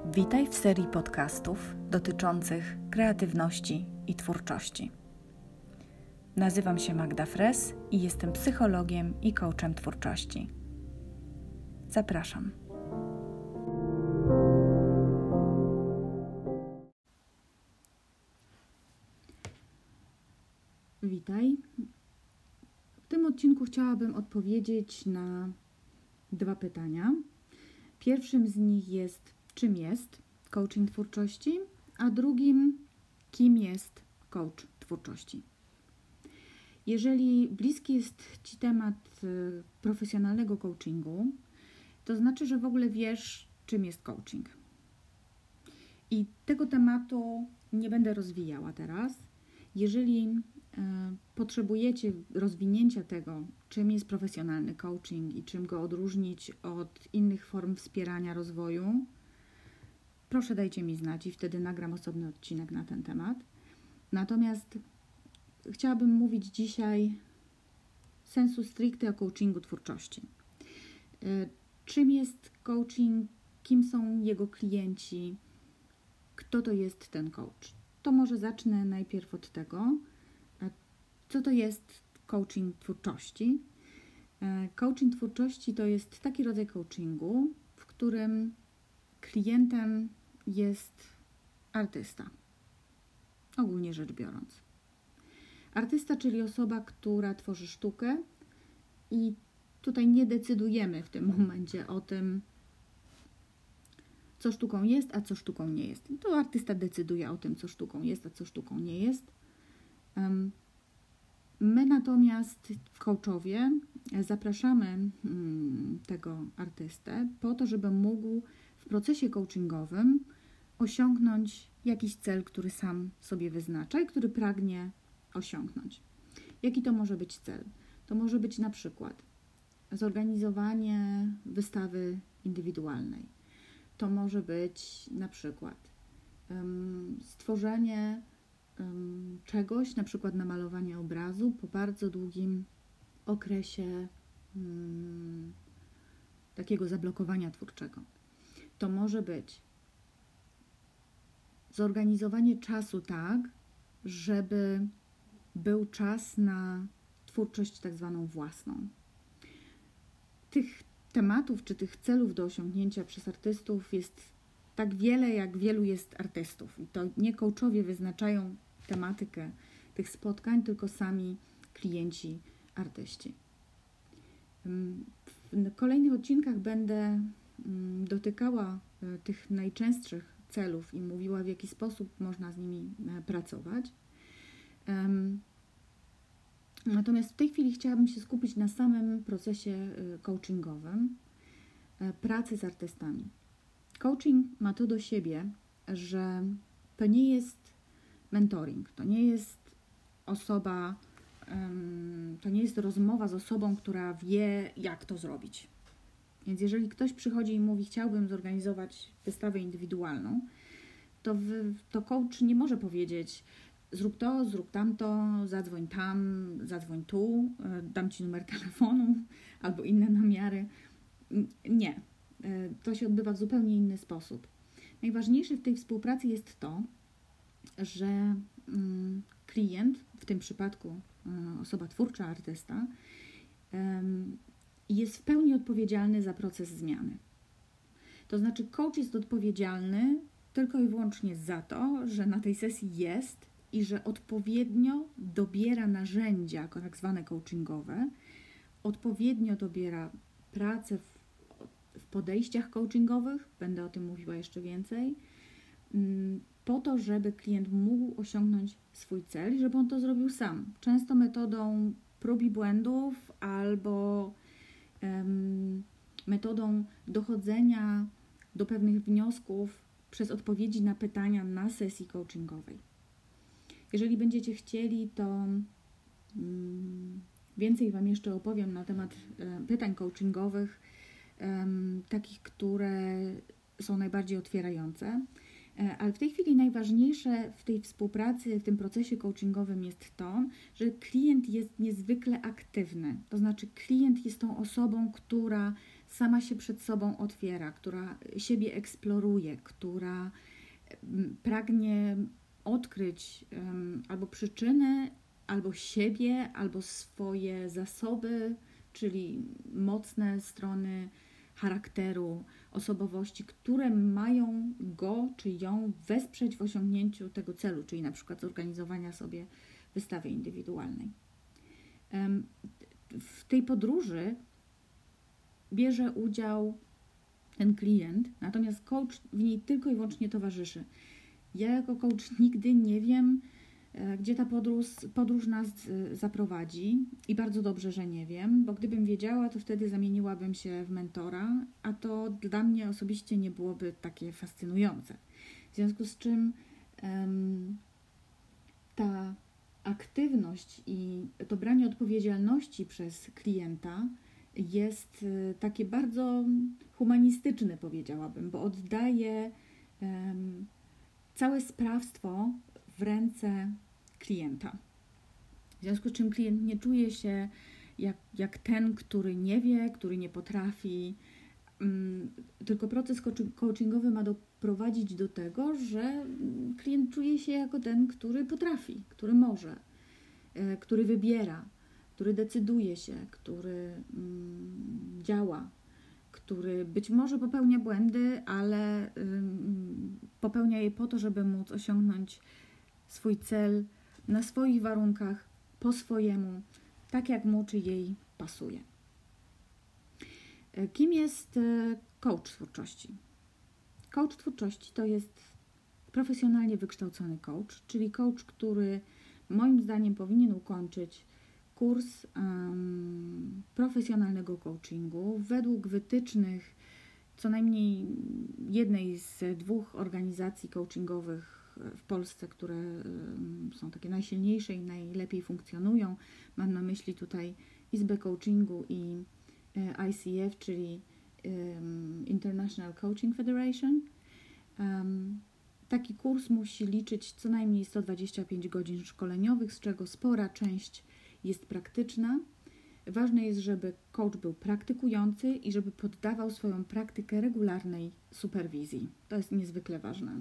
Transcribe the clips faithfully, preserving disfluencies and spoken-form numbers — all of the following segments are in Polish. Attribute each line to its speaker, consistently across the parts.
Speaker 1: Witaj w serii podcastów dotyczących kreatywności i twórczości. Nazywam się Magda Fres i jestem psychologiem i coachem twórczości. Zapraszam. Witaj. W tym odcinku chciałabym odpowiedzieć na dwa pytania. Pierwszym z nich jest, czym jest coaching twórczości, a drugim, kim jest coach twórczości. Jeżeli bliski jest Ci temat profesjonalnego coachingu, to znaczy, że w ogóle wiesz, czym jest coaching. I tego tematu nie będę rozwijała teraz. Jeżeli e, potrzebujecie rozwinięcia tego, czym jest profesjonalny coaching i czym go odróżnić od innych form wspierania rozwoju, proszę dajcie mi znać i wtedy nagram osobny odcinek na ten temat. Natomiast chciałabym mówić dzisiaj sensu stricte o coachingu twórczości. E, czym jest coaching, kim są jego klienci, kto to jest ten coach. To może zacznę najpierw od tego, co to jest coaching twórczości. Coaching twórczości to jest taki rodzaj coachingu, w którym klientem jest artysta, ogólnie rzecz biorąc. Artysta, czyli osoba, która tworzy sztukę i tutaj nie decydujemy w tym momencie o tym, co sztuką jest, a co sztuką nie jest. To artysta decyduje o tym, co sztuką jest, a co sztuką nie jest. My natomiast, coachowie, zapraszamy tego artystę po to, żeby mógł w procesie coachingowym osiągnąć jakiś cel, który sam sobie wyznacza i który pragnie osiągnąć. Jaki to może być cel? To może być na przykład zorganizowanie wystawy indywidualnej. To może być na przykład um, stworzenie um, czegoś, na przykład namalowanie obrazu po bardzo długim okresie um, takiego zablokowania twórczego. To może być zorganizowanie czasu tak, żeby był czas na twórczość tak zwaną własną. Tych tematów czy tych celów do osiągnięcia przez artystów jest tak wiele, jak wielu jest artystów. I to nie coachowie wyznaczają tematykę tych spotkań, tylko sami klienci, artyści. W kolejnych odcinkach będę dotykała tych najczęstszych celów i mówiła, w jaki sposób można z nimi pracować. Natomiast w tej chwili chciałabym się skupić na samym procesie coachingowym pracy z artystami. Coaching ma to do siebie, że to nie jest mentoring, to nie jest osoba, to nie jest rozmowa z osobą, która wie, jak to zrobić. Więc jeżeli ktoś przychodzi i mówi, chciałbym zorganizować wystawę indywidualną, to, w, to coach nie może powiedzieć, zrób to, zrób tamto, zadzwoń tam, zadzwoń tu, dam Ci numer telefonu albo inne namiary. Nie. To się odbywa w zupełnie inny sposób. Najważniejsze w tej współpracy jest to, że klient, w tym przypadku osoba twórcza, artysta, jest w pełni odpowiedzialny za proces zmiany. To znaczy coach jest odpowiedzialny tylko i wyłącznie za to, że na tej sesji jest i że odpowiednio dobiera narzędzia, tak zwane coachingowe, odpowiednio dobiera pracę w, w podejściach coachingowych, będę o tym mówiła jeszcze więcej, po to, żeby klient mógł osiągnąć swój cel i żeby on to zrobił sam. Często metodą prób i błędów albo um, metodą dochodzenia do pewnych wniosków przez odpowiedzi na pytania na sesji coachingowej. Jeżeli będziecie chcieli, to więcej Wam jeszcze opowiem na temat pytań coachingowych, takich, które są najbardziej otwierające. Ale w tej chwili najważniejsze w tej współpracy, w tym procesie coachingowym jest to, że klient jest niezwykle aktywny. To znaczy klient jest tą osobą, która sama się przed sobą otwiera, która siebie eksploruje, która pragnie odkryć um, albo przyczyny, albo siebie, albo swoje zasoby, czyli mocne strony charakteru, osobowości, które mają go czy ją wesprzeć w osiągnięciu tego celu, czyli na przykład zorganizowania sobie wystawy indywidualnej. Um, w tej podróży bierze udział ten klient, natomiast coach w niej tylko i wyłącznie towarzyszy. Ja jako coach nigdy nie wiem, gdzie ta podróż, podróż nas zaprowadzi i bardzo dobrze, że nie wiem, bo gdybym wiedziała, to wtedy zamieniłabym się w mentora, a to dla mnie osobiście nie byłoby takie fascynujące. W związku z czym um, ta aktywność i to branie odpowiedzialności przez klienta jest takie bardzo humanistyczne, powiedziałabym, bo oddaje um, całe sprawstwo w ręce klienta. W związku z czym klient nie czuje się jak, jak ten, który nie wie, który nie potrafi, um, tylko proces coachingowy ma doprowadzić do tego, że klient czuje się jako ten, który potrafi, który może, e, który wybiera, który decyduje się, który um, działa, który być może popełnia błędy, ale um, popełnia je po to, żeby móc osiągnąć swój cel na swoich warunkach, po swojemu, tak jak mu czy jej pasuje. Kim jest coach twórczości? Coach twórczości to jest profesjonalnie wykształcony coach, czyli coach, który moim zdaniem powinien ukończyć kurs um, profesjonalnego coachingu według wytycznych co najmniej jednej z dwóch organizacji coachingowych w Polsce, które um, są takie najsilniejsze i najlepiej funkcjonują. Mam na myśli tutaj Izbę Coachingu i e, I C F, czyli um, International Coaching Federation. Um, taki kurs musi liczyć co najmniej sto dwadzieścia pięć godzin szkoleniowych, z czego spora część jest praktyczna. Ważne jest, żeby coach był praktykujący i żeby poddawał swoją praktykę regularnej superwizji. To jest niezwykle ważne.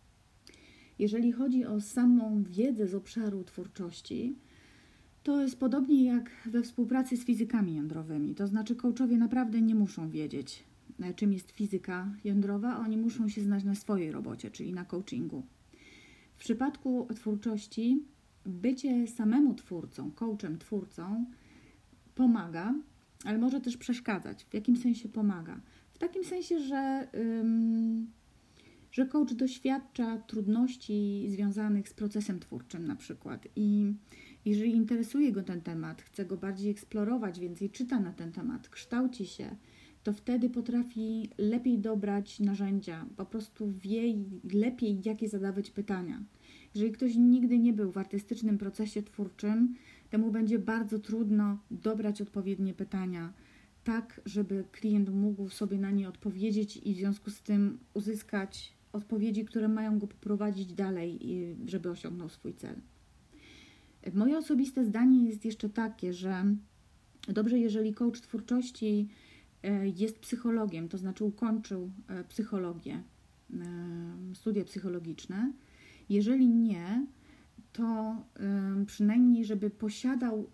Speaker 1: Jeżeli chodzi o samą wiedzę z obszaru twórczości, to jest podobnie jak we współpracy z fizykami jądrowymi. To znaczy coachowie naprawdę nie muszą wiedzieć, czym jest fizyka jądrowa, oni muszą się znać na swojej robocie, czyli na coachingu. W przypadku twórczości bycie samemu twórcą, coachem, twórcą pomaga, ale może też przeszkadzać. W jakim sensie pomaga? W takim sensie, że, ym, że coach doświadcza trudności związanych z procesem twórczym na przykład i jeżeli interesuje go ten temat, chce go bardziej eksplorować, więcej czyta na ten temat, kształci się, to wtedy potrafi lepiej dobrać narzędzia, po prostu wie lepiej, jakie zadawać pytania. Jeżeli ktoś nigdy nie był w artystycznym procesie twórczym, temu będzie bardzo trudno dobrać odpowiednie pytania, tak, żeby klient mógł sobie na nie odpowiedzieć i w związku z tym uzyskać odpowiedzi, które mają go poprowadzić dalej, żeby osiągnął swój cel. Moje osobiste zdanie jest jeszcze takie, że dobrze, jeżeli coach twórczości jest psychologiem, to znaczy ukończył psychologię, studia psychologiczne. Jeżeli nie, to przynajmniej, żeby posiadał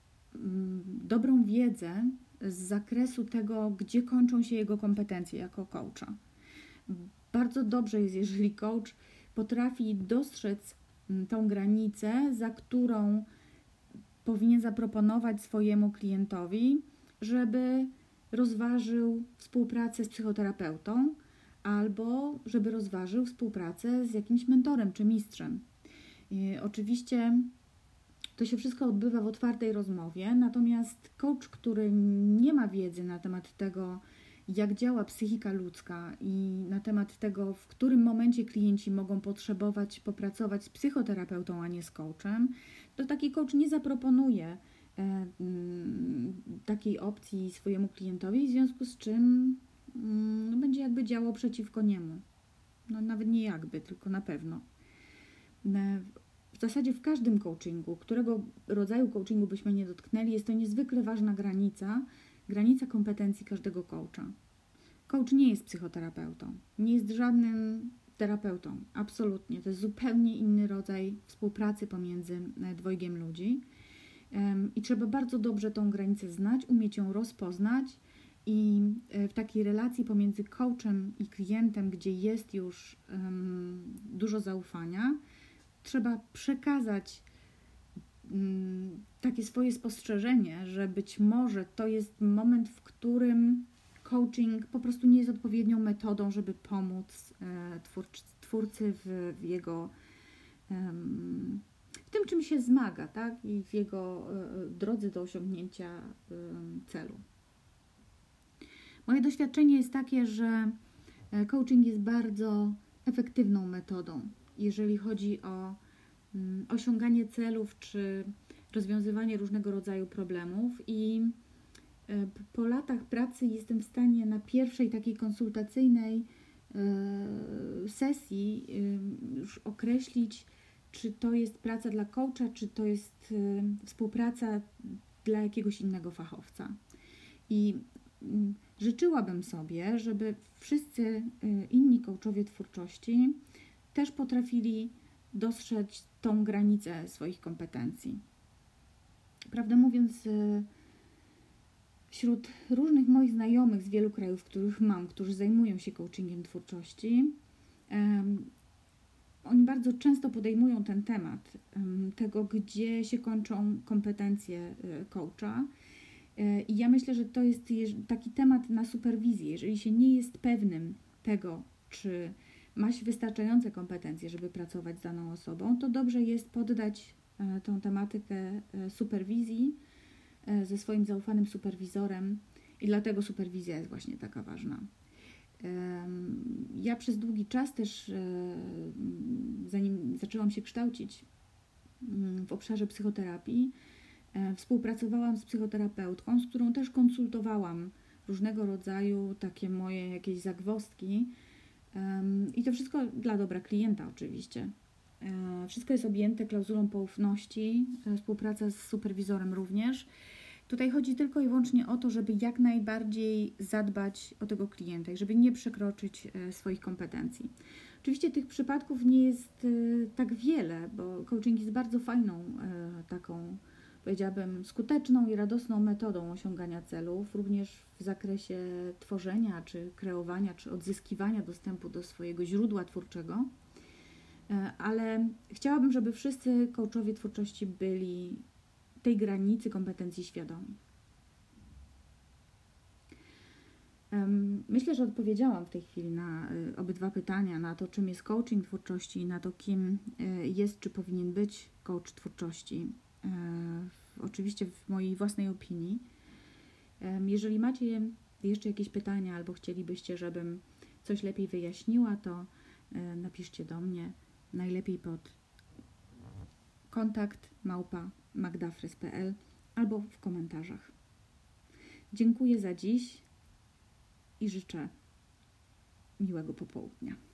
Speaker 1: dobrą wiedzę z zakresu tego, gdzie kończą się jego kompetencje jako coacha. Bardzo dobrze jest, jeżeli coach potrafi dostrzec tą granicę, za którą powinien zaproponować swojemu klientowi, żeby rozważył współpracę z psychoterapeutą albo żeby rozważył współpracę z jakimś mentorem czy mistrzem. I oczywiście to się wszystko odbywa w otwartej rozmowie, natomiast coach, który nie ma wiedzy na temat tego, jak działa psychika ludzka i na temat tego, w którym momencie klienci mogą potrzebować popracować z psychoterapeutą, a nie z coachem, to taki coach nie zaproponuje e, m, takiej opcji swojemu klientowi, w związku z czym m, będzie jakby działał przeciwko niemu. No nawet nie jakby, tylko na pewno. E, w zasadzie w każdym coachingu, którego rodzaju coachingu byśmy nie dotknęli, jest to niezwykle ważna granica, granica kompetencji każdego coacha. Coach nie jest psychoterapeutą, nie jest żadnym terapeutą, absolutnie. To jest zupełnie inny rodzaj współpracy pomiędzy dwojgiem ludzi i trzeba bardzo dobrze tą granicę znać, umieć ją rozpoznać i w takiej relacji pomiędzy coachem i klientem, gdzie jest już um, dużo zaufania, trzeba przekazać um, takie swoje spostrzeżenie, że być może to jest moment, w którym coaching po prostu nie jest odpowiednią metodą, żeby pomóc e, twórcy, twórcy w, w jego um, w tym, czym się zmaga, tak? I w jego e, drodze do osiągnięcia e, celu. Moje doświadczenie jest takie, że coaching jest bardzo efektywną metodą, jeżeli chodzi o um, osiąganie celów czy rozwiązywanie różnego rodzaju problemów i po latach pracy jestem w stanie na pierwszej takiej konsultacyjnej sesji już określić, czy to jest praca dla coacha, czy to jest współpraca dla jakiegoś innego fachowca. I życzyłabym sobie, żeby wszyscy inni coachowie twórczości też potrafili dostrzec tą granicę swoich kompetencji. Prawdę mówiąc, wśród różnych moich znajomych z wielu krajów, których mam, którzy zajmują się coachingiem twórczości, um, oni bardzo często podejmują ten temat um, tego, gdzie się kończą kompetencje y, coacha. Y, I ja myślę, że to jest taki temat na superwizję. Jeżeli się nie jest pewnym tego, czy ma się wystarczające kompetencje, żeby pracować z daną osobą, to dobrze jest poddać y, tą tematykę y, superwizji ze swoim zaufanym superwizorem i dlatego superwizja jest właśnie taka ważna. Ja przez długi czas też, zanim zaczęłam się kształcić w obszarze psychoterapii, współpracowałam z psychoterapeutką, z którą też konsultowałam różnego rodzaju takie moje jakieś zagwozdki i to wszystko dla dobra klienta oczywiście. Wszystko jest objęte klauzulą poufności, współpraca z superwizorem również. Tutaj chodzi tylko i wyłącznie o to, żeby jak najbardziej zadbać o tego klienta i żeby nie przekroczyć swoich kompetencji. Oczywiście tych przypadków nie jest tak wiele, bo coaching jest bardzo fajną, taką, powiedziałabym, skuteczną i radosną metodą osiągania celów, również w zakresie tworzenia, czy kreowania, czy odzyskiwania dostępu do swojego źródła twórczego. Ale chciałabym, żeby wszyscy coachowie twórczości byli tej granicy kompetencji świadomi. Myślę, że odpowiedziałam w tej chwili na obydwa pytania, na to, czym jest coaching twórczości i na to, kim jest, czy powinien być coach twórczości. Oczywiście w mojej własnej opinii. Jeżeli macie jeszcze jakieś pytania albo chcielibyście, żebym coś lepiej wyjaśniła, to napiszcie do mnie. Najlepiej pod kontakt małpa magdafrys kropka p l albo w komentarzach. Dziękuję za dziś i życzę miłego popołudnia.